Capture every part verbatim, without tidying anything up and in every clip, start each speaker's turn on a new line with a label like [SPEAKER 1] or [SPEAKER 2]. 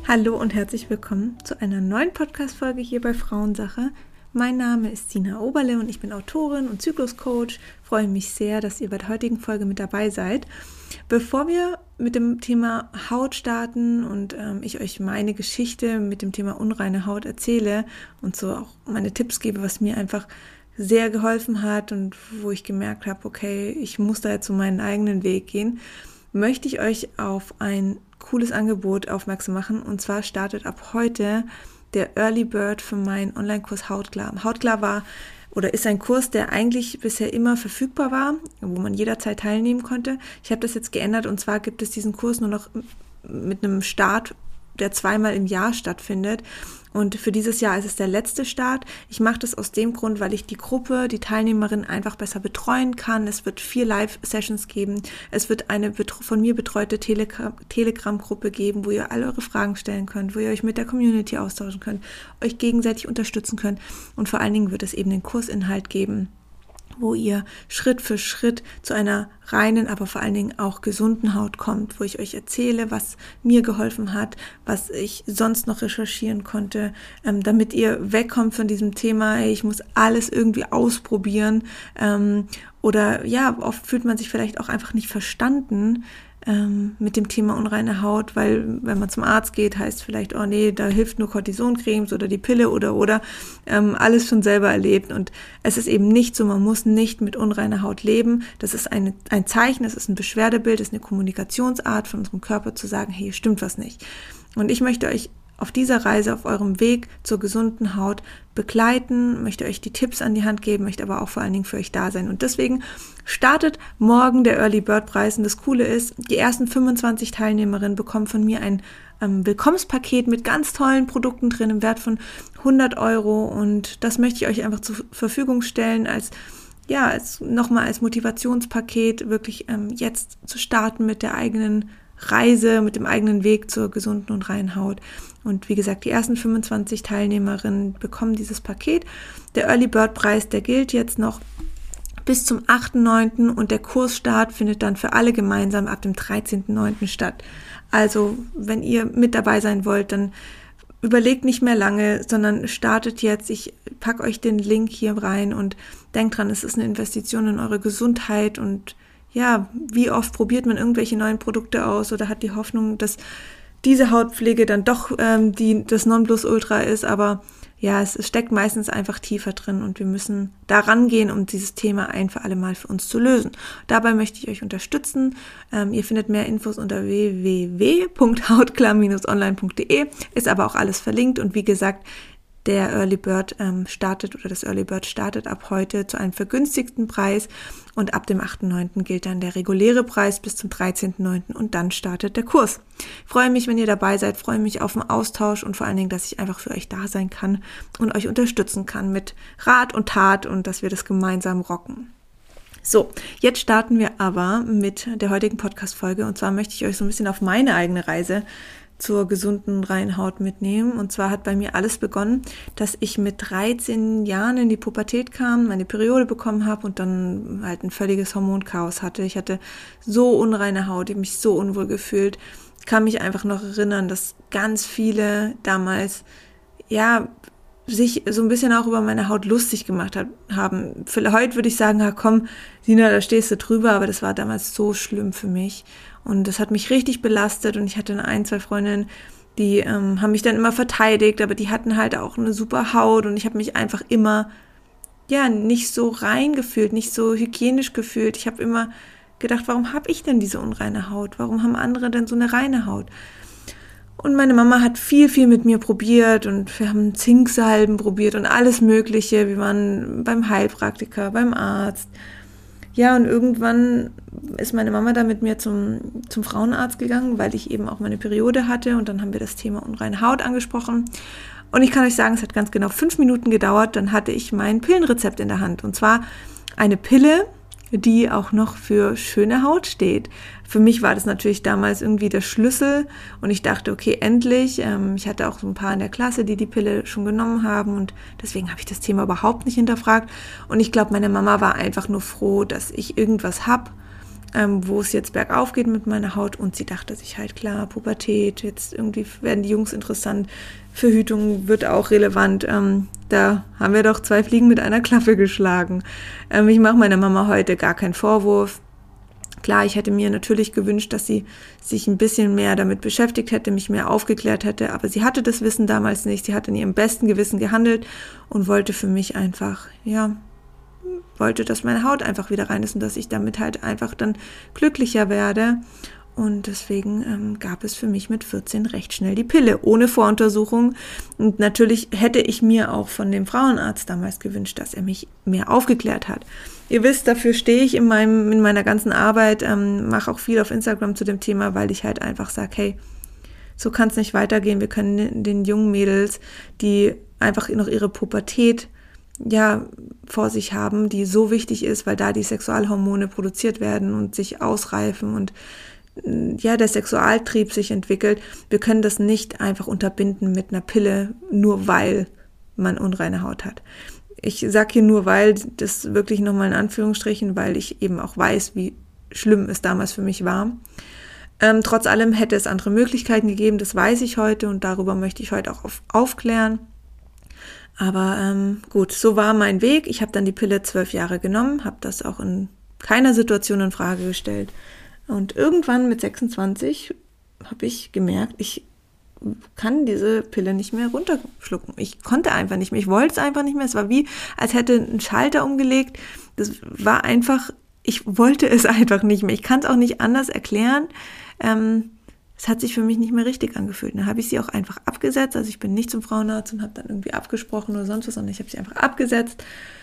[SPEAKER 1] Hallo und herzlich willkommen zu einer neuen Podcast-Folge hier bei Frauensache. Mein Name ist Sina Oberle und ich bin Autorin und Zykluscoach. Freue mich sehr, dass ihr bei der heutigen Folge mit dabei seid. Bevor wir mit dem Thema Haut starten und ähm, ich euch meine Geschichte mit dem Thema unreine Haut erzähle und so auch meine Tipps gebe, was mir einfach sehr geholfen hat und wo ich gemerkt habe, okay, ich muss da jetzt so meinen eigenen Weg gehen, möchte ich euch auf ein cooles Angebot aufmerksam machen. Und zwar startet ab heute der Early Bird für meinen Online-Kurs Hautklar. Hautklar war oder ist ein Kurs, der eigentlich bisher immer verfügbar war, wo man jederzeit teilnehmen konnte. Ich habe das jetzt geändert und zwar gibt es diesen Kurs nur noch mit einem Start, der zweimal im Jahr stattfindet. Und für dieses Jahr ist es der letzte Start. Ich mache das aus dem Grund, weil ich die Gruppe, die Teilnehmerin einfach besser betreuen kann. Es wird vier Live-Sessions geben. Es wird eine von mir betreute Telegram-Gruppe geben, wo ihr alle eure Fragen stellen könnt, wo ihr euch mit der Community austauschen könnt, euch gegenseitig unterstützen könnt. Und vor allen Dingen wird es eben den Kursinhalt geben, wo ihr Schritt für Schritt zu einer reinen, aber vor allen Dingen auch gesunden Haut kommt, wo ich euch erzähle, was mir geholfen hat, was ich sonst noch recherchieren konnte, ähm, damit ihr wegkommt von diesem Thema, ey, ich muss alles irgendwie ausprobieren, ähm, oder ja, oft fühlt man sich vielleicht auch einfach nicht verstanden ähm, mit dem Thema unreine Haut, weil wenn man zum Arzt geht, heißt vielleicht, oh nee, da hilft nur Cortisoncremes oder die Pille oder oder ähm, alles schon selber erlebt, und es ist eben nicht so, man muss nicht mit unreiner Haut leben. Das ist eine, ein Zeichen, das ist ein Beschwerdebild, das ist eine Kommunikationsart von unserem Körper zu sagen, hey, hier stimmt was nicht. Und ich möchte euch auf dieser Reise, auf eurem Weg zur gesunden Haut begleiten, möchte euch die Tipps an die Hand geben, möchte aber auch vor allen Dingen für euch da sein. Und deswegen startet morgen der Early Bird Preis. Und das Coole ist, die ersten fünfundzwanzig Teilnehmerinnen bekommen von mir ein ähm, Willkommenspaket mit ganz tollen Produkten drin im Wert von hundert Euro. Und das möchte ich euch einfach zur Verfügung stellen als ja, als nochmal als Motivationspaket, wirklich ähm, jetzt zu starten mit der eigenen Reise, mit dem eigenen Weg zur gesunden und reinen Haut. Und wie gesagt, die ersten fünfundzwanzig Teilnehmerinnen bekommen dieses Paket. Der Early Bird Preis, der gilt jetzt noch bis zum achten neunten und der Kursstart findet dann für alle gemeinsam ab dem dreizehnten neunten statt. Also, wenn ihr mit dabei sein wollt, dann überlegt nicht mehr lange, sondern startet jetzt. Ich packe euch den Link hier rein und denkt dran, es ist eine Investition in eure Gesundheit. Und ja, wie oft probiert man irgendwelche neuen Produkte aus oder hat die Hoffnung, dass diese Hautpflege dann doch ähm, die, das Nonplusultra ist, aber ja, es, es steckt meistens einfach tiefer drin und wir müssen da rangehen, um dieses Thema ein für alle Mal für uns zu lösen. Dabei möchte ich euch unterstützen. Ähm, ihr findet mehr Infos unter w w w punkt hautklar Bindestrich online punkt de, ist aber auch alles verlinkt und wie gesagt, der Early Bird ähm, startet oder das Early Bird startet ab heute zu einem vergünstigten Preis und ab dem achten neunten gilt dann der reguläre Preis bis zum dreizehnten neunten und dann startet der Kurs. Ich freue mich, wenn ihr dabei seid, freue mich auf den Austausch und vor allen Dingen, dass ich einfach für euch da sein kann und euch unterstützen kann mit Rat und Tat und dass wir das gemeinsam rocken. So, jetzt starten wir aber mit der heutigen Podcast-Folge und zwar möchte ich euch so ein bisschen auf meine eigene Reise zur gesunden, reinen Haut mitnehmen. Und zwar hat bei mir alles begonnen, dass ich mit dreizehn Jahren in die Pubertät kam, meine Periode bekommen habe und dann halt ein völliges Hormonchaos hatte. Ich hatte so unreine Haut, ich habe mich so unwohl gefühlt. Ich kann mich einfach noch erinnern, dass ganz viele damals, ja, sich so ein bisschen auch über meine Haut lustig gemacht hat, haben. Für heute würde ich sagen, ja komm, Sina, da stehst du drüber, aber das war damals so schlimm für mich. Und das hat mich richtig belastet und ich hatte ein, zwei Freundinnen, die ähm, haben mich dann immer verteidigt, aber die hatten halt auch eine super Haut und ich habe mich einfach immer, ja, nicht so rein gefühlt, nicht so hygienisch gefühlt. Ich habe immer gedacht, warum habe ich denn diese unreine Haut? Warum haben andere denn so eine reine Haut? Und meine Mama hat viel, viel mit mir probiert und wir haben Zinksalben probiert und alles Mögliche. Wir waren beim Heilpraktiker, beim Arzt. Ja, und irgendwann ist meine Mama da mit mir zum, zum Frauenarzt gegangen, weil ich eben auch meine Periode hatte und dann haben wir das Thema unreine Haut angesprochen. Und ich kann euch sagen, es hat ganz genau fünf Minuten gedauert, dann hatte ich mein Pillenrezept in der Hand und zwar eine Pille, die auch noch für schöne Haut steht. Für mich war das natürlich damals irgendwie der Schlüssel und ich dachte, okay, endlich. Ähm, ich hatte auch so ein paar in der Klasse, die die Pille schon genommen haben und deswegen habe ich das Thema überhaupt nicht hinterfragt. Und ich glaube, meine Mama war einfach nur froh, dass ich irgendwas habe, ähm, wo es jetzt bergauf geht mit meiner Haut. Und sie dachte sich halt, klar, Pubertät, jetzt irgendwie werden die Jungs interessant, Verhütung wird auch relevant. Ähm, da haben wir doch zwei Fliegen mit einer Klappe geschlagen. Ähm, ich mache meiner Mama heute gar keinen Vorwurf. Klar, ich hätte mir natürlich gewünscht, dass sie sich ein bisschen mehr damit beschäftigt hätte, mich mehr aufgeklärt hätte, aber sie hatte das Wissen damals nicht. Sie hat in ihrem besten Gewissen gehandelt und wollte für mich einfach, ja, wollte, dass meine Haut einfach wieder rein ist und dass ich damit halt einfach dann glücklicher werde. Und deswegen ähm, gab es für mich mit vierzehn recht schnell die Pille, ohne Voruntersuchung. Und natürlich hätte ich mir auch von dem Frauenarzt damals gewünscht, dass er mich mehr aufgeklärt hat. Ihr wisst, dafür stehe ich in, meinem, in meiner ganzen Arbeit, ähm, mache auch viel auf Instagram zu dem Thema, weil ich halt einfach sage, hey, so kann es nicht weitergehen. Wir können den, den jungen Mädels, die einfach noch ihre Pubertät ja vor sich haben, die so wichtig ist, weil da die Sexualhormone produziert werden und sich ausreifen und ja, der Sexualtrieb sich entwickelt. Wir können das nicht einfach unterbinden mit einer Pille, nur weil man unreine Haut hat. Ich sage hier nur weil, das wirklich nochmal in Anführungsstrichen, weil ich eben auch weiß, wie schlimm es damals für mich war. Ähm, trotz allem hätte es andere Möglichkeiten gegeben, das weiß ich heute und darüber möchte ich heute auch auf, aufklären. Aber ähm, gut, so war mein Weg. Ich habe dann die Pille zwölf Jahre genommen, habe das auch in keiner Situation in Frage gestellt. Und irgendwann mit sechsundzwanzig habe ich gemerkt, ich kann diese Pille nicht mehr runterschlucken. Ich konnte einfach nicht mehr, ich wollte es einfach nicht mehr. Es war wie, als hätte ein Schalter umgelegt. Das war einfach, ich wollte es einfach nicht mehr. Ich kann es auch nicht anders erklären. Ähm, es hat sich für mich nicht mehr richtig angefühlt. Dann habe ich sie auch einfach abgesetzt. Also ich bin nicht zum Frauenarzt und habe dann irgendwie abgesprochen oder sonst was, sondern ich habe sie einfach abgesetzt.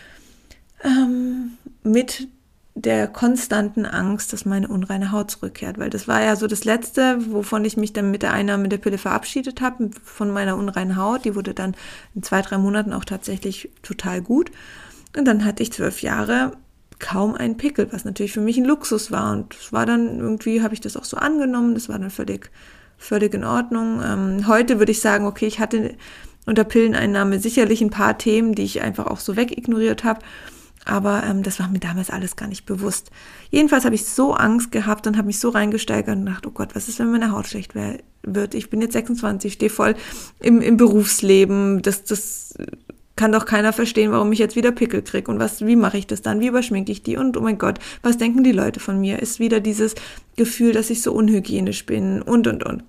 [SPEAKER 1] Ähm, mit der konstanten Angst, dass meine unreine Haut zurückkehrt, weil das war ja so das Letzte, wovon ich mich dann mit der Einnahme der Pille verabschiedet habe, von meiner unreinen Haut. Die wurde dann in zwei, drei Monaten auch tatsächlich total gut. Und dann hatte ich zwölf Jahre kaum einen Pickel, was natürlich für mich ein Luxus war. Und es war dann irgendwie, habe ich das auch so angenommen, das war dann völlig, völlig in Ordnung. Ähm, heute würde ich sagen, okay, ich hatte unter Pilleneinnahme sicherlich ein paar Themen, die ich einfach auch so wegignoriert habe. Aber ähm, das war mir damals alles gar nicht bewusst. Jedenfalls habe ich so Angst gehabt und habe mich so reingesteigert und gedacht, oh Gott, was ist, wenn meine Haut schlecht wär, wird? Ich bin jetzt sechsundzwanzig, stehe voll im, im Berufsleben. Das, das kann doch keiner verstehen, warum ich jetzt wieder Pickel kriege. Und was, wie mache ich das dann? Wie überschminke ich die? Und oh mein Gott, was denken die Leute von mir? Ist wieder dieses Gefühl, dass ich so unhygienisch bin und, und, und.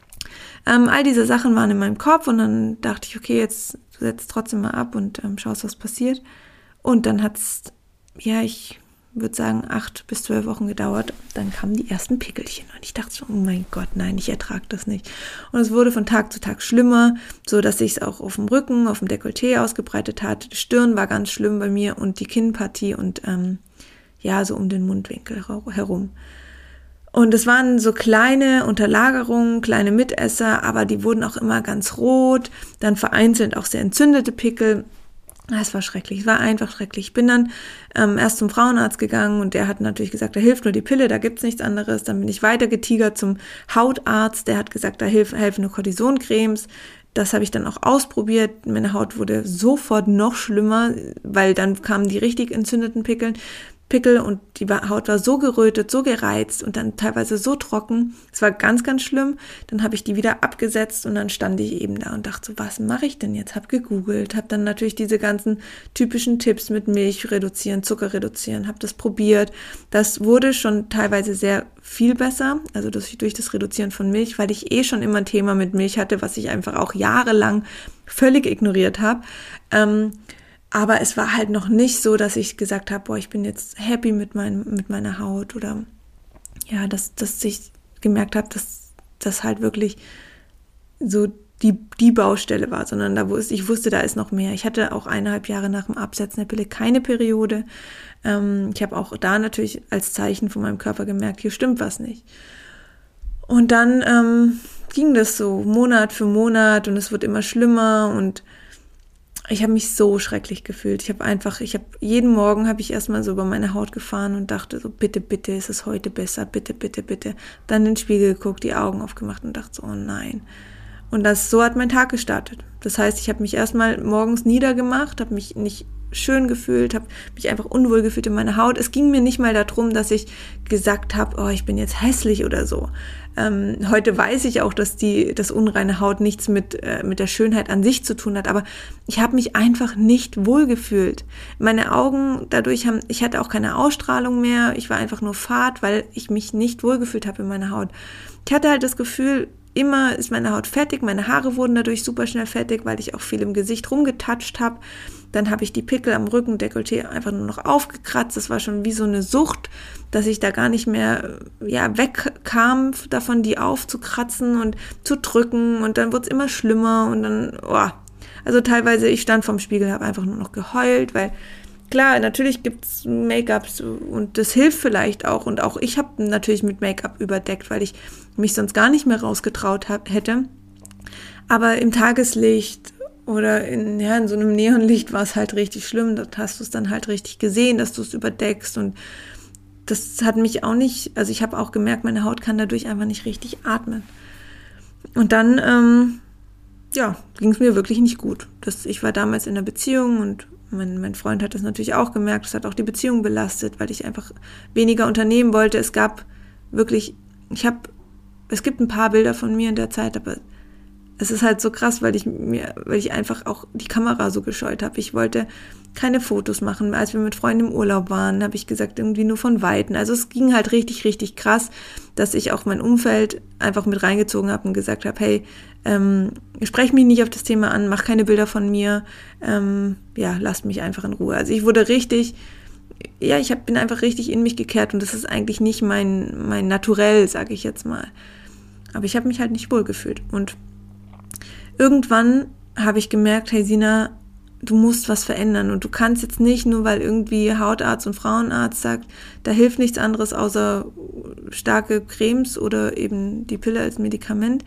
[SPEAKER 1] Ähm, all diese Sachen waren in meinem Kopf und dann dachte ich, okay, jetzt setz trotzdem mal ab und ähm, schaust, was passiert. Und dann hat es, ja, ich würde sagen, acht bis zwölf Wochen gedauert. Dann kamen die ersten Pickelchen. Und ich dachte so, oh mein Gott, nein, ich ertrage das nicht. Und es wurde von Tag zu Tag schlimmer, so dass sich es auch auf dem Rücken, auf dem Dekolleté ausgebreitet hat. Die Stirn war ganz schlimm bei mir und die Kinnpartie und ähm, ja, so um den Mundwinkel herum. Und es waren so kleine Unterlagerungen, kleine Mitesser, aber die wurden auch immer ganz rot. Dann vereinzelt auch sehr entzündete Pickel. Es war schrecklich, es war einfach schrecklich. Ich bin dann ähm, erst zum Frauenarzt gegangen und der hat natürlich gesagt, da hilft nur die Pille, da gibt's nichts anderes. Dann bin ich weiter getigert zum Hautarzt, der hat gesagt, da hilf, helfen nur Kortisoncremes. Das habe ich dann auch ausprobiert. Meine Haut wurde sofort noch schlimmer, weil dann kamen die richtig entzündeten Pickeln. Pickel und die Haut war so gerötet, so gereizt und dann teilweise so trocken. Es war ganz, ganz schlimm. Dann habe ich die wieder abgesetzt und dann stand ich eben da und dachte so, was mache ich denn jetzt? Habe gegoogelt, habe dann natürlich diese ganzen typischen Tipps mit Milch reduzieren, Zucker reduzieren, habe das probiert. Das wurde schon teilweise sehr viel besser, also durch, durch das Reduzieren von Milch, weil ich eh schon immer ein Thema mit Milch hatte, was ich einfach auch jahrelang völlig ignoriert habe. Ähm, Aber es war halt noch nicht so, dass ich gesagt habe, boah, ich bin jetzt happy mit, mein, mit meiner Haut oder ja, dass, dass ich gemerkt habe, dass das halt wirklich so die, die Baustelle war, sondern da wusste, ich wusste, da ist noch mehr. Ich hatte auch eineinhalb Jahre nach dem Absetzen der Pille keine Periode. Ähm, ich habe auch da natürlich als Zeichen von meinem Körper gemerkt, hier stimmt was nicht. Und dann ähm, ging das so Monat für Monat und es wird immer schlimmer und ich habe mich so schrecklich gefühlt. Ich habe einfach, ich habe jeden Morgen habe ich erstmal so über meine Haut gefahren und dachte so, bitte, bitte, ist es heute besser, bitte, bitte, bitte. Dann in den Spiegel geguckt, die Augen aufgemacht und dachte so, oh nein. Und das, so hat mein Tag gestartet. Das heißt, ich habe mich erstmal morgens niedergemacht, habe mich nicht schön gefühlt, habe mich einfach unwohl gefühlt in meiner Haut. Es ging mir nicht mal darum, dass ich gesagt habe, oh, ich bin jetzt hässlich oder so. Ähm, heute weiß ich auch, dass die, das unreine Haut nichts mit, äh, mit der Schönheit an sich zu tun hat, aber ich habe mich einfach nicht wohl gefühlt. Meine Augen, dadurch haben, ich hatte auch keine Ausstrahlung mehr, ich war einfach nur fad, weil ich mich nicht wohl gefühlt habe in meiner Haut. Ich hatte halt das Gefühl, immer ist meine Haut fettig, meine Haare wurden dadurch super schnell fettig, weil ich auch viel im Gesicht rumgetatscht habe. Dann habe ich die Pickel am Rücken, Dekolleté einfach nur noch aufgekratzt. Das war schon wie so eine Sucht, dass ich da gar nicht mehr ja, wegkam davon, die aufzukratzen und zu drücken. Und dann wurde es immer schlimmer und dann, oh. Also teilweise, ich stand vorm Spiegel, habe einfach nur noch geheult, weil klar, natürlich gibt es Make-ups und das hilft vielleicht auch. Und auch ich habe natürlich mit Make-up überdeckt, weil ich mich sonst gar nicht mehr rausgetraut hab, hätte. Aber im Tageslicht oder in, ja, in so einem Neonlicht war es halt richtig schlimm. Dort hast du es dann halt richtig gesehen, dass du es überdeckst. Und das hat mich auch nicht, also ich habe auch gemerkt, meine Haut kann dadurch einfach nicht richtig atmen. Und dann, ähm, ja, ging es mir wirklich nicht gut. Das, ich war damals in einer Beziehung und Mein, mein Freund hat das natürlich auch gemerkt, das hat auch die Beziehung belastet, weil ich einfach weniger unternehmen wollte. Es gab wirklich, ich habe, es gibt ein paar Bilder von mir in der Zeit, aber es ist halt so krass, weil ich mir, weil ich einfach auch die Kamera so gescheut habe. Ich wollte keine Fotos machen. Als wir mit Freunden im Urlaub waren, habe ich gesagt, irgendwie nur von Weitem. Also es ging halt richtig, richtig krass, dass ich auch mein Umfeld einfach mit reingezogen habe und gesagt habe, hey, ähm, sprech mich nicht auf das Thema an, mach keine Bilder von mir, ähm, ja, lasst mich einfach in Ruhe. Also ich wurde richtig, ja, ich hab, bin einfach richtig in mich gekehrt und das ist eigentlich nicht mein, mein Naturell, sage ich jetzt mal. Aber ich habe mich halt nicht wohl gefühlt und irgendwann habe ich gemerkt, hey Sina, du musst was verändern und du kannst jetzt nicht, nur weil irgendwie Hautarzt und Frauenarzt sagt, da hilft nichts anderes außer starke Cremes oder eben die Pille als Medikament,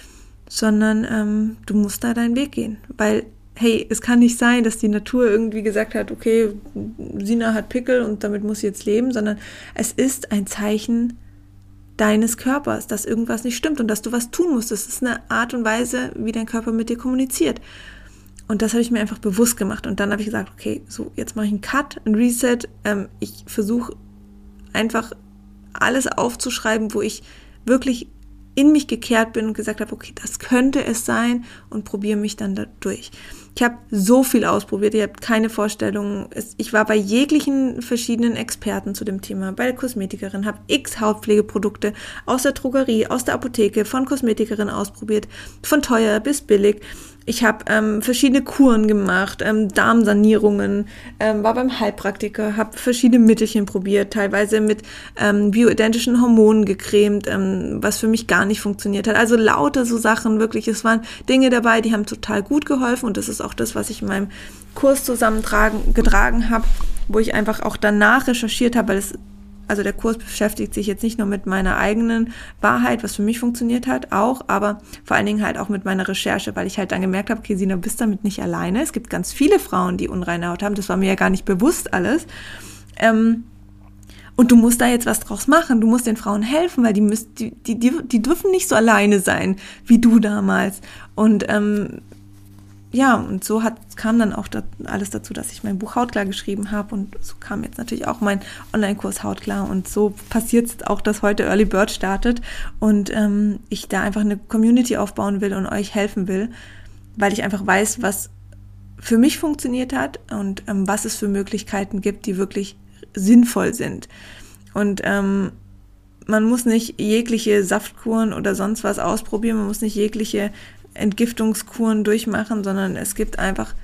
[SPEAKER 1] sondern ähm, du musst da deinen Weg gehen, weil hey, es kann nicht sein, dass die Natur irgendwie gesagt hat, okay, Sina hat Pickel und damit muss sie jetzt leben, sondern es ist ein Zeichen deines Körpers, dass irgendwas nicht stimmt und dass du was tun musst. Das ist eine Art und Weise, wie dein Körper mit dir kommuniziert. Und das habe ich mir einfach bewusst gemacht. Und dann habe ich gesagt, okay, so jetzt mache ich einen Cut, einen Reset. Ähm, ich versuche einfach alles aufzuschreiben, wo ich wirklich in mich gekehrt bin und gesagt habe, okay, das könnte es sein und probiere mich dann da durch. Ich habe so viel ausprobiert, ihr habt keine Vorstellung. Ich war bei jeglichen verschiedenen Experten zu dem Thema, bei der Kosmetikerin, habe x Hautpflegeprodukte aus der Drogerie, aus der Apotheke, von Kosmetikerin ausprobiert, von teuer bis billig. Ich habe ähm, verschiedene Kuren gemacht, ähm, Darmsanierungen, ähm, war beim Heilpraktiker, habe verschiedene Mittelchen probiert, teilweise mit ähm, bioidentischen Hormonen gecremt, ähm, was für mich gar nicht funktioniert hat. Also lauter so Sachen, wirklich, es waren Dinge dabei, die haben total gut geholfen und das ist auch das, was ich in meinem Kurs zusammengetragen getragen habe, wo ich einfach auch danach recherchiert habe, weil es Also der Kurs beschäftigt sich jetzt nicht nur mit meiner eigenen Wahrheit, was für mich funktioniert hat, auch, aber vor allen Dingen halt auch mit meiner Recherche, weil ich halt dann gemerkt habe, okay, Sina, bist damit nicht alleine. Es gibt ganz viele Frauen, die unreine Haut haben. Das war mir ja gar nicht bewusst alles. Ähm, und du musst da jetzt was draus machen. Du musst den Frauen helfen, weil die, müssen, die, die, die, die dürfen nicht so alleine sein, wie du damals. Und ähm, ja, und so hat, kam dann auch das, alles dazu, dass ich mein Buch Hautklar geschrieben habe und so kam jetzt natürlich auch mein Online-Kurs Hautklar und so passiert es auch, dass heute Early Bird startet und ähm, ich da einfach eine Community aufbauen will und euch helfen will, weil ich einfach weiß, was für mich funktioniert hat und ähm, was es für Möglichkeiten gibt, die wirklich sinnvoll sind. Und ähm, man muss nicht jegliche Saftkuren oder sonst was ausprobieren, man muss nicht jegliche Entgiftungskuren durchmachen, sondern es gibt einfach,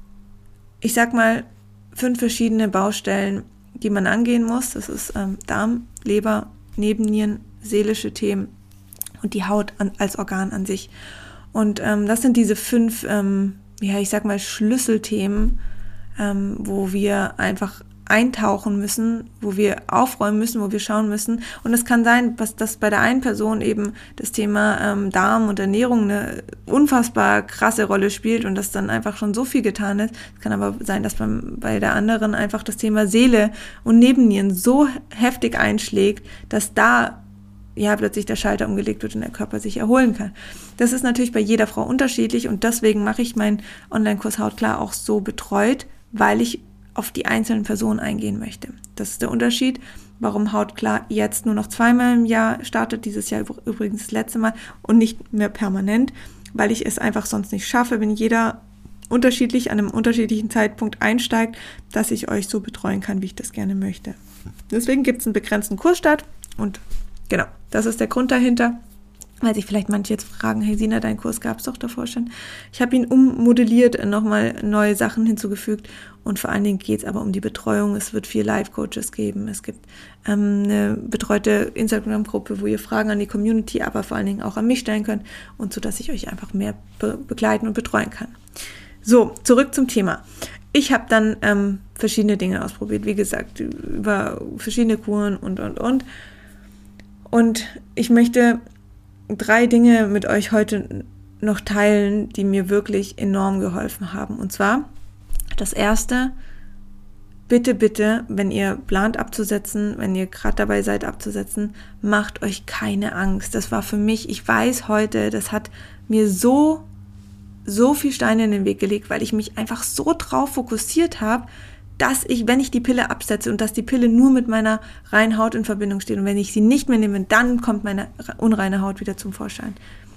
[SPEAKER 1] ich sag mal, fünf verschiedene Baustellen, die man angehen muss. Das ist ähm, Darm, Leber, Nebennieren, seelische Themen und die Haut an, als Organ an sich. Und ähm, das sind diese fünf, ähm, ja, ich sag mal, Schlüsselthemen, ähm, wo wir einfach eintauchen müssen, wo wir aufräumen müssen, wo wir schauen müssen. Und es kann sein, dass das bei der einen Person eben das Thema ähm, Darm und Ernährung eine unfassbar krasse Rolle spielt und das dann einfach schon so viel getan ist. Es kann aber sein, dass beim, bei der anderen einfach das Thema Seele und Nebennieren so heftig einschlägt, dass da ja plötzlich der Schalter umgelegt wird und der Körper sich erholen kann. Das ist natürlich bei jeder Frau unterschiedlich und deswegen mache ich meinen Online-Kurs Hautklar auch so betreut, weil ich auf die einzelnen Personen eingehen möchte. Das ist der Unterschied, warum Hautklar jetzt nur noch zweimal im Jahr startet, dieses Jahr übrigens das letzte Mal und nicht mehr permanent, weil ich es einfach sonst nicht schaffe, wenn jeder unterschiedlich an einem unterschiedlichen Zeitpunkt einsteigt, dass ich euch so betreuen kann, wie ich das gerne möchte. Deswegen gibt es einen begrenzten Kursstart und genau, das ist der Grund dahinter. Weil sich vielleicht manche jetzt fragen, hey Sina, deinen Kurs gab es doch davor schon. Ich habe ihn ummodelliert, nochmal neue Sachen hinzugefügt und vor allen Dingen geht es aber um die Betreuung. Es wird vier Live-Coaches geben, es gibt ähm, eine betreute Instagram-Gruppe, wo ihr Fragen an die Community, aber vor allen Dingen auch an mich stellen könnt und so, dass ich euch einfach mehr be- begleiten und betreuen kann. So, zurück zum Thema. Ich habe dann ähm, verschiedene Dinge ausprobiert, wie gesagt, über verschiedene Kuren und, und, und. Und ich möchte drei Dinge mit euch heute noch teilen, die mir wirklich enorm geholfen haben. Und zwar das erste, bitte, bitte, wenn ihr plant abzusetzen, wenn ihr gerade dabei seid abzusetzen, macht euch keine Angst. Das war für mich, ich weiß heute, das hat mir so, so viel Steine in den Weg gelegt, weil ich mich einfach so drauf fokussiert habe, dass ich, wenn ich die Pille absetze und dass die Pille nur mit meiner reinen Haut in Verbindung steht und wenn ich sie nicht mehr nehme, dann kommt meine unreine Haut wieder zum Vorschein.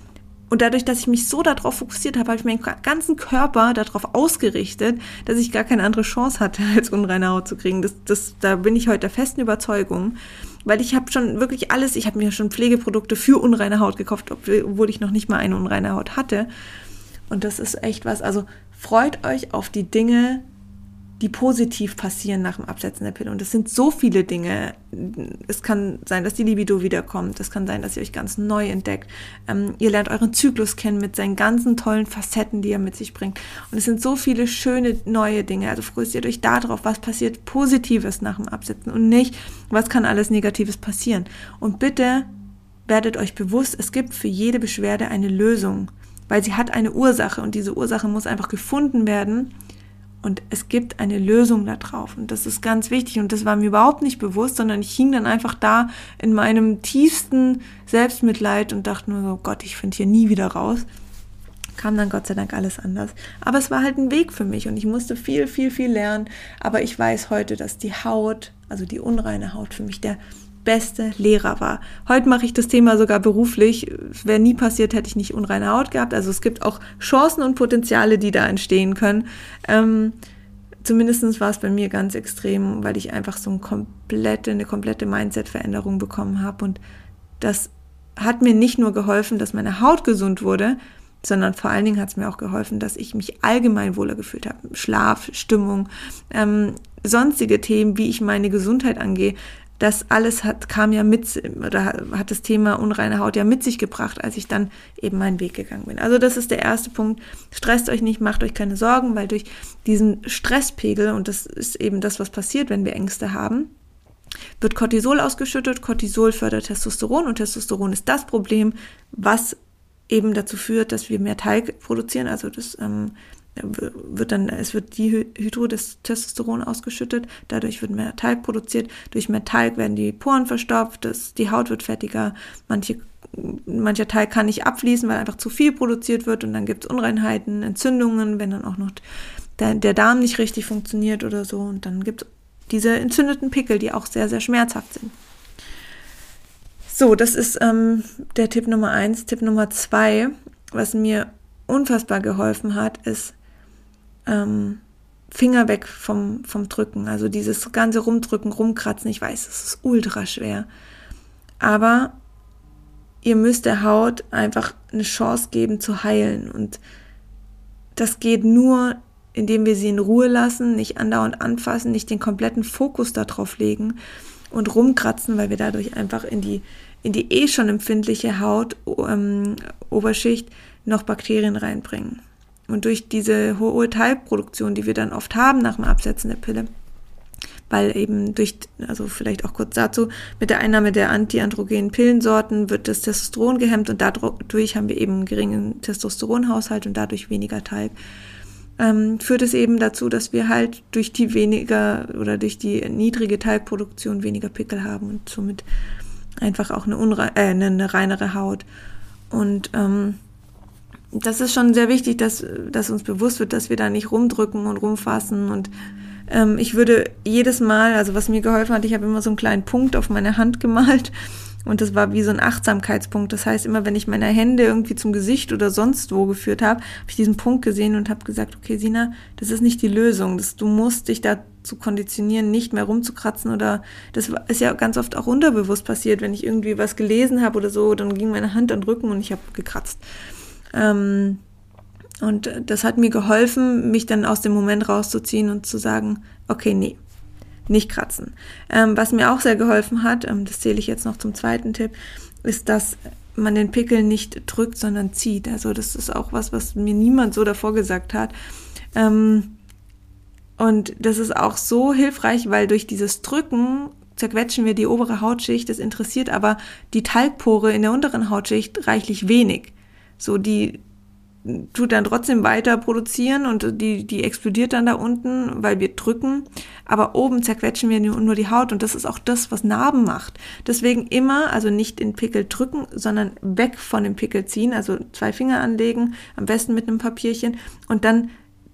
[SPEAKER 1] Und dadurch, dass ich mich so darauf fokussiert habe, habe ich meinen ganzen Körper darauf ausgerichtet, dass ich gar keine andere Chance hatte, als unreine Haut zu kriegen. Das, das, da bin ich heute der festen Überzeugung, weil ich habe schon wirklich alles, ich habe mir schon Pflegeprodukte für unreine Haut gekauft, obwohl ich noch nicht mal eine unreine Haut hatte. Und das ist echt was, also freut euch auf die Dinge, die positiv passieren nach dem Absetzen der Pille. Und es sind so viele Dinge. Es kann sein, dass die Libido wiederkommt. Es kann sein, dass ihr euch ganz neu entdeckt. Ähm, ihr lernt euren Zyklus kennen mit seinen ganzen tollen Facetten, die er mit sich bringt. Und es sind so viele schöne neue Dinge. Also fokussiert euch darauf, was passiert Positives nach dem Absetzen und nicht, was kann alles Negatives passieren. Und bitte werdet euch bewusst, es gibt für jede Beschwerde eine Lösung, weil sie hat eine Ursache und diese Ursache muss einfach gefunden werden. Und es gibt eine Lösung da drauf. Und das ist ganz wichtig. Und das war mir überhaupt nicht bewusst, sondern ich hing dann einfach da in meinem tiefsten Selbstmitleid und dachte nur so, Gott, ich finde hier nie wieder raus. Kam dann Gott sei Dank alles anders. Aber es war halt ein Weg für mich und ich musste viel, viel, viel lernen. Aber ich weiß heute, dass die Haut, also die unreine Haut, für mich der beste Lehrer war. Heute mache ich das Thema sogar beruflich. Es wäre nie passiert, hätte ich nicht unreine Haut gehabt. Also es gibt auch Chancen und Potenziale, die da entstehen können. Ähm, zumindest war es bei mir ganz extrem, weil ich einfach so eine komplette, eine komplette Mindset-Veränderung bekommen habe. Und das hat mir nicht nur geholfen, dass meine Haut gesund wurde, sondern vor allen Dingen hat es mir auch geholfen, dass ich mich allgemein wohler gefühlt habe. Schlaf, Stimmung, ähm, sonstige Themen, wie ich meine Gesundheit angehe. Das alles hat, kam ja mit, oder hat das Thema unreine Haut ja mit sich gebracht, als ich dann eben meinen Weg gegangen bin. Also das ist der erste Punkt. Stresst euch nicht, macht euch keine Sorgen, weil durch diesen Stresspegel, und das ist eben das, was passiert, wenn wir Ängste haben, wird Cortisol ausgeschüttet. Cortisol fördert Testosteron und Testosteron ist das Problem, was eben dazu führt, dass wir mehr Talg produzieren, also das ähm, wird dann, es wird Dihydrotestosteron ausgeschüttet, dadurch wird mehr Talg produziert, durch mehr Talg werden die Poren verstopft, das, die Haut wird fettiger, manche, mancher Talg kann nicht abfließen, weil einfach zu viel produziert wird und dann gibt es Unreinheiten, Entzündungen, wenn dann auch noch der, der Darm nicht richtig funktioniert oder so und dann gibt es diese entzündeten Pickel, die auch sehr, sehr schmerzhaft sind. So, das ist ähm, der Tipp Nummer eins. Tipp Nummer zwei, was mir unfassbar geholfen hat, ist ähm, Finger weg vom, vom Drücken. Also dieses ganze Rumdrücken, Rumkratzen, ich weiß, es ist ultra schwer. Aber ihr müsst der Haut einfach eine Chance geben zu heilen. Und das geht nur, indem wir sie in Ruhe lassen, nicht andauernd anfassen, nicht den kompletten Fokus darauf legen und rumkratzen, weil wir dadurch einfach in die, in die eh schon empfindliche Haut, ähm, Oberschicht, noch Bakterien reinbringen. Und durch diese hohe Talgproduktion, die wir dann oft haben nach dem Absetzen der Pille, weil eben durch, also vielleicht auch kurz dazu, mit der Einnahme der antiandrogenen Pillensorten wird das Testosteron gehemmt und dadurch haben wir eben einen geringen Testosteronhaushalt und dadurch weniger Talg. Ähm, führt es eben dazu, dass wir halt durch die weniger oder durch die niedrige Talgproduktion weniger Pickel haben und somit einfach auch eine, unre- äh, eine, eine reinere Haut. Und ähm, das ist schon sehr wichtig, dass, dass uns bewusst wird, dass wir da nicht rumdrücken und rumfassen und Ähm, ich würde jedes Mal, also was mir geholfen hat, ich habe immer so einen kleinen Punkt auf meine Hand gemalt und das war wie so ein Achtsamkeitspunkt. Das heißt, immer wenn ich meine Hände irgendwie zum Gesicht oder sonst wo geführt habe, habe ich diesen Punkt gesehen und habe gesagt, okay, Sina, das ist nicht die Lösung. Das, du musst dich dazu konditionieren, nicht mehr rumzukratzen oder das ist ja ganz oft auch unterbewusst passiert, wenn ich irgendwie was gelesen habe oder so, dann ging meine Hand an den Rücken und ich habe gekratzt. Ähm, und das hat mir geholfen, mich dann aus dem Moment rauszuziehen und zu sagen, okay, nee, nicht kratzen. Ähm, was mir auch sehr geholfen hat, ähm, das zähle ich jetzt noch zum zweiten Tipp, ist, dass man den Pickel nicht drückt, sondern zieht. Also das ist auch was, was mir niemand so davor gesagt hat. Ähm, und das ist auch so hilfreich, weil durch dieses Drücken zerquetschen wir die obere Hautschicht. Das interessiert aber die Talgpore in der unteren Hautschicht reichlich wenig. So, die tut dann trotzdem weiter produzieren und die, die explodiert dann da unten, weil wir drücken, aber oben zerquetschen wir nur die Haut und das ist auch das, was Narben macht. Deswegen immer, also nicht den Pickel drücken, sondern weg von dem Pickel ziehen, also zwei Finger anlegen, am besten mit einem Papierchen und dann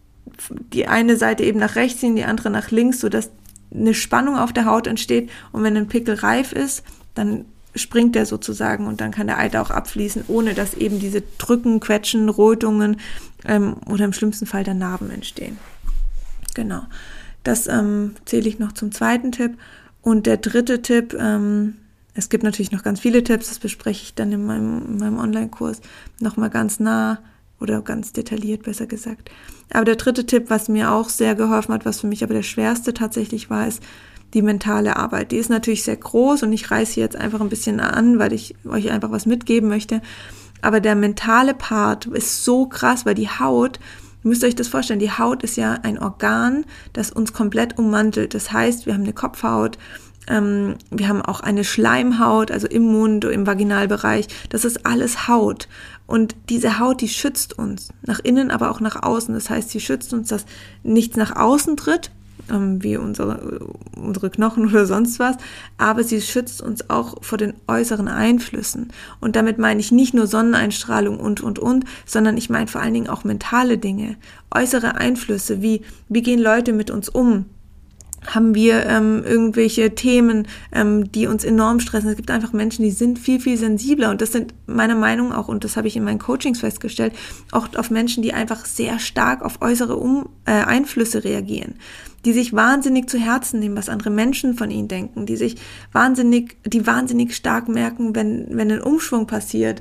[SPEAKER 1] die eine Seite eben nach rechts ziehen, die andere nach links, sodass eine Spannung auf der Haut entsteht und wenn ein Pickel reif ist, dann springt der sozusagen und dann kann der Eiter auch abfließen, ohne dass eben diese Drücken, Quetschen, Rötungen ähm, oder im schlimmsten Fall dann Narben entstehen. Genau, das ähm, zähle ich noch zum zweiten Tipp. Und der dritte Tipp, ähm, es gibt natürlich noch ganz viele Tipps, das bespreche ich dann in meinem, in meinem Online-Kurs nochmal ganz nah oder ganz detailliert, besser gesagt. Aber der dritte Tipp, was mir auch sehr geholfen hat, was für mich aber der schwerste tatsächlich war, ist, die mentale Arbeit. Die ist natürlich sehr groß und ich reiße jetzt einfach ein bisschen an, weil ich euch einfach was mitgeben möchte. Aber der mentale Part ist so krass, weil die Haut, ihr müsst euch das vorstellen, die Haut ist ja ein Organ, das uns komplett ummantelt. Das heißt, wir haben eine Kopfhaut, ähm, wir haben auch eine Schleimhaut, also im Mund, im Vaginalbereich. Das ist alles Haut. Und diese Haut, die schützt uns, nach innen, aber auch nach außen. Das heißt, sie schützt uns, dass nichts nach außen tritt, wie unsere, unsere Knochen oder sonst was, aber sie schützt uns auch vor den äußeren Einflüssen. Und damit meine ich nicht nur Sonneneinstrahlung und, und, und, sondern ich meine vor allen Dingen auch mentale Dinge, äußere Einflüsse, wie, wie gehen Leute mit uns um? Haben wir ähm, irgendwelche Themen, ähm, die uns enorm stressen. Es gibt einfach Menschen, die sind viel, viel sensibler und das sind meiner Meinung nach, und das habe ich in meinen Coachings festgestellt, auch auf Menschen, die einfach sehr stark auf äußere um, äh, Einflüsse reagieren, die sich wahnsinnig zu Herzen nehmen, was andere Menschen von ihnen denken, die sich wahnsinnig, die wahnsinnig stark merken, wenn, wenn ein Umschwung passiert,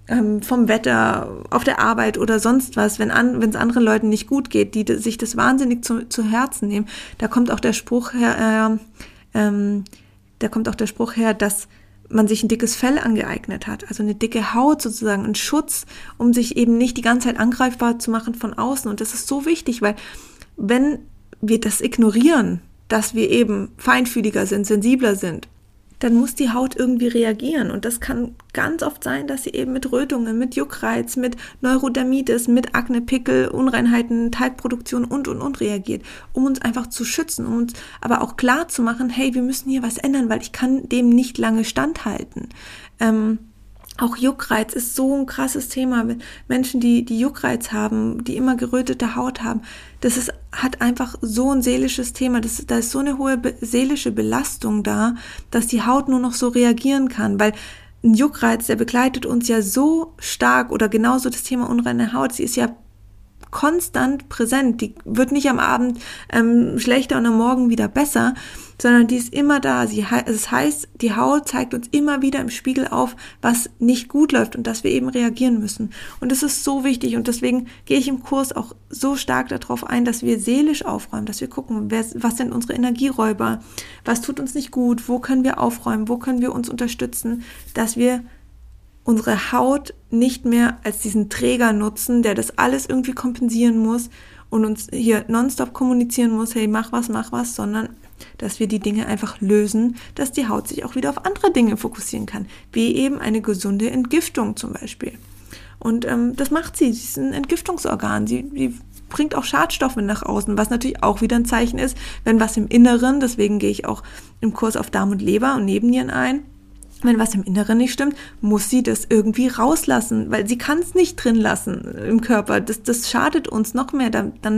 [SPEAKER 1] vom Wetter, auf der Arbeit oder sonst was, wenn an, wenn es anderen Leuten nicht gut geht, die de, sich das wahnsinnig zu, zu Herzen nehmen, da kommt auch der Spruch her, äh, ähm, da kommt auch der Spruch her, dass man sich ein dickes Fell angeeignet hat, also eine dicke Haut sozusagen, ein Schutz, um sich eben nicht die ganze Zeit angreifbar zu machen von außen. Und das ist so wichtig, weil wenn wir das ignorieren, dass wir eben feinfühliger sind, sensibler sind, dann muss die Haut irgendwie reagieren. Und das kann ganz oft sein, dass sie eben mit Rötungen, mit Juckreiz, mit Neurodermitis, mit Akne, Pickel, Unreinheiten, Talgproduktion und, und, und reagiert, um uns einfach zu schützen, um uns aber auch klar zu machen, hey, wir müssen hier was ändern, weil ich kann dem nicht lange standhalten. Ähm, Auch Juckreiz ist so ein krasses Thema. Menschen, die, die Juckreiz haben, die immer gerötete Haut haben, das ist, hat einfach so ein seelisches Thema. Das, da ist so eine hohe be- seelische Belastung da, dass die Haut nur noch so reagieren kann, weil ein Juckreiz, der begleitet uns ja so stark, oder genauso das Thema unreine Haut, sie ist ja konstant präsent, die wird nicht am Abend ähm, schlechter und am Morgen wieder besser, sondern die ist immer da. Sie, das heißt, die Haut zeigt uns immer wieder im Spiegel auf, was nicht gut läuft und dass wir eben reagieren müssen. Und das ist so wichtig und deswegen gehe ich im Kurs auch so stark darauf ein, dass wir seelisch aufräumen, dass wir gucken, wer, was sind unsere Energieräuber, was tut uns nicht gut, wo können wir aufräumen, wo können wir uns unterstützen, dass wir unsere Haut nicht mehr als diesen Träger nutzen, der das alles irgendwie kompensieren muss und uns hier nonstop kommunizieren muss, hey, mach was, mach was, sondern dass wir die Dinge einfach lösen, dass die Haut sich auch wieder auf andere Dinge fokussieren kann, wie eben eine gesunde Entgiftung zum Beispiel. Und ähm, das macht sie, sie ist ein Entgiftungsorgan, sie, sie bringt auch Schadstoffe nach außen, was natürlich auch wieder ein Zeichen ist, wenn was im Inneren, deswegen gehe ich auch im Kurs auf Darm und Leber und Nebennieren ein, wenn was im Inneren nicht stimmt, muss sie das irgendwie rauslassen, weil sie kann es nicht drin lassen im Körper. Das, das schadet uns noch mehr. Dann, dann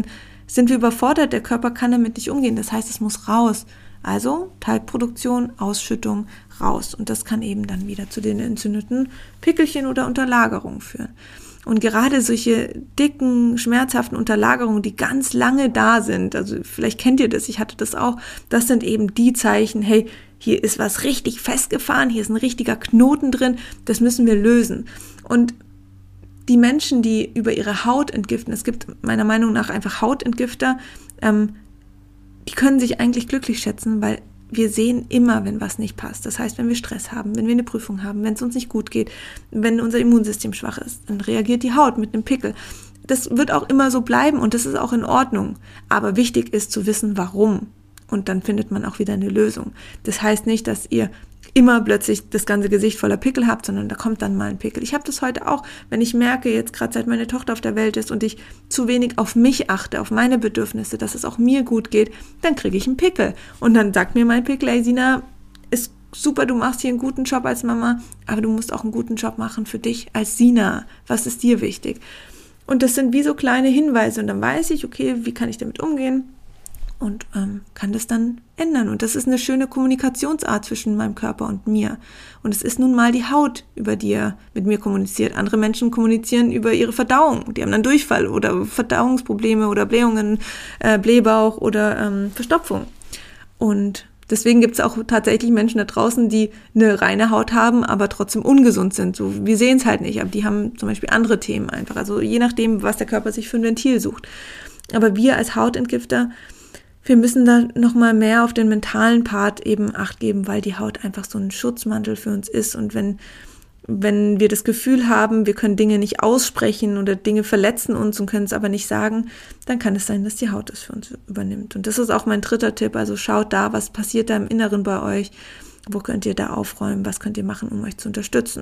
[SPEAKER 1] sind wir überfordert, der Körper kann damit nicht umgehen. Das heißt, es muss raus. Also Talgproduktion, Ausschüttung, raus. Und das kann eben dann wieder zu den entzündeten Pickelchen oder Unterlagerungen führen. Und gerade solche dicken, schmerzhaften Unterlagerungen, die ganz lange da sind, also vielleicht kennt ihr das, ich hatte das auch, das sind eben die Zeichen, hey, hier ist was richtig festgefahren, hier ist ein richtiger Knoten drin, das müssen wir lösen. Und die Menschen, die über ihre Haut entgiften, es gibt meiner Meinung nach einfach Hautentgifter, ähm, die können sich eigentlich glücklich schätzen, weil wir sehen immer, wenn was nicht passt. Das heißt, wenn wir Stress haben, wenn wir eine Prüfung haben, wenn es uns nicht gut geht, wenn unser Immunsystem schwach ist, dann reagiert die Haut mit einem Pickel. Das wird auch immer so bleiben und das ist auch in Ordnung. Aber wichtig ist zu wissen, warum. Und dann findet man auch wieder eine Lösung. Das heißt nicht, dass ihr immer plötzlich das ganze Gesicht voller Pickel habt, sondern da kommt dann mal ein Pickel. Ich habe das heute auch, wenn ich merke, jetzt gerade seit meine Tochter auf der Welt ist und ich zu wenig auf mich achte, auf meine Bedürfnisse, dass es auch mir gut geht, dann kriege ich einen Pickel. Und dann sagt mir mein Pickel, hey Sina, ist super, du machst hier einen guten Job als Mama, aber du musst auch einen guten Job machen für dich als Sina. Was ist dir wichtig? Und das sind wie so kleine Hinweise und dann weiß ich, okay, wie kann ich damit umgehen? Und ähm, kann das dann ändern. Und das ist eine schöne Kommunikationsart zwischen meinem Körper und mir. Und es ist nun mal die Haut, über die er mit mir kommuniziert. Andere Menschen kommunizieren über ihre Verdauung. Die haben dann Durchfall oder Verdauungsprobleme oder Blähungen, äh, Blähbauch oder ähm, Verstopfung. Und deswegen gibt es auch tatsächlich Menschen da draußen, die eine reine Haut haben, aber trotzdem ungesund sind. So, wir sehen es halt nicht, aber die haben zum Beispiel andere Themen einfach. Also je nachdem, was der Körper sich für ein Ventil sucht. Aber wir als Hautentgifter, wir müssen da nochmal mehr auf den mentalen Part eben Acht geben, weil die Haut einfach so ein Schutzmantel für uns ist. Und wenn, wenn wir das Gefühl haben, wir können Dinge nicht aussprechen oder Dinge verletzen uns und können es aber nicht sagen, dann kann es sein, dass die Haut es für uns übernimmt. Und das ist auch mein dritter Tipp. Also schaut da, was passiert da im Inneren bei euch. Wo könnt ihr da aufräumen? Was könnt ihr machen, um euch zu unterstützen?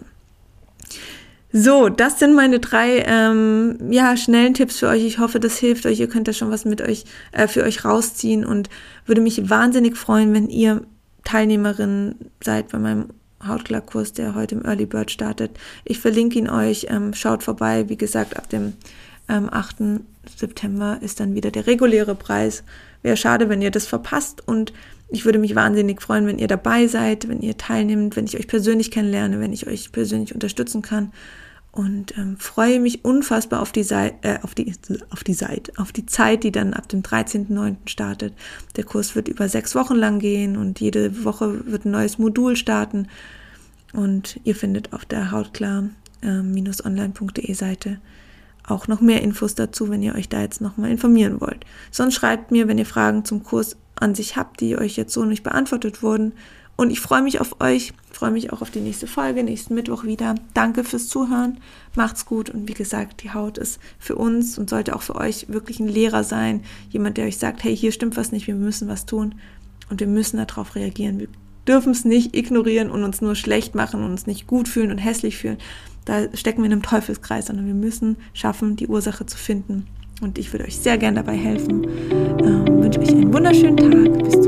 [SPEAKER 1] So, das sind meine drei ähm, ja, schnellen Tipps für euch. Ich hoffe, das hilft euch. Ihr könnt da schon was mit euch äh, für euch rausziehen und würde mich wahnsinnig freuen, wenn ihr Teilnehmerin seid bei meinem Hautklar-Kurs, der heute im Early Bird startet. Ich verlinke ihn euch. Ähm, schaut vorbei. Wie gesagt, ab dem ähm, achten September ist dann wieder der reguläre Preis. Wäre schade, wenn ihr das verpasst und ich würde mich wahnsinnig freuen, wenn ihr dabei seid, wenn ihr teilnehmt, wenn ich euch persönlich kennenlerne, wenn ich euch persönlich unterstützen kann. Und ähm, freue mich unfassbar auf die Seite, äh, auf die, auf die Seite, auf die Zeit, die dann ab dem dreizehnten neunten startet. Der Kurs wird über sechs Wochen lang gehen und jede Woche wird ein neues Modul starten. Und ihr findet auf der hautklar Bindestrich online punkt de Seite auch noch mehr Infos dazu, wenn ihr euch da jetzt nochmal informieren wollt. Sonst schreibt mir, wenn ihr Fragen zum Kurs an sich habt, die euch jetzt so nicht beantwortet wurden. Und ich freue mich auf euch, freue mich auch auf die nächste Folge, nächsten Mittwoch wieder. Danke fürs Zuhören, macht's gut und wie gesagt, die Haut ist für uns und sollte auch für euch wirklich ein Lehrer sein, jemand, der euch sagt, hey, hier stimmt was nicht, wir müssen was tun und wir müssen darauf reagieren. Wir dürfen es nicht ignorieren und uns nur schlecht machen und uns nicht gut fühlen und hässlich fühlen. Da stecken wir in einem Teufelskreis, sondern wir müssen schaffen, die Ursache zu finden. Und ich würde euch sehr gern dabei helfen. Ähm, wünsche euch einen wunderschönen Tag. Bis zum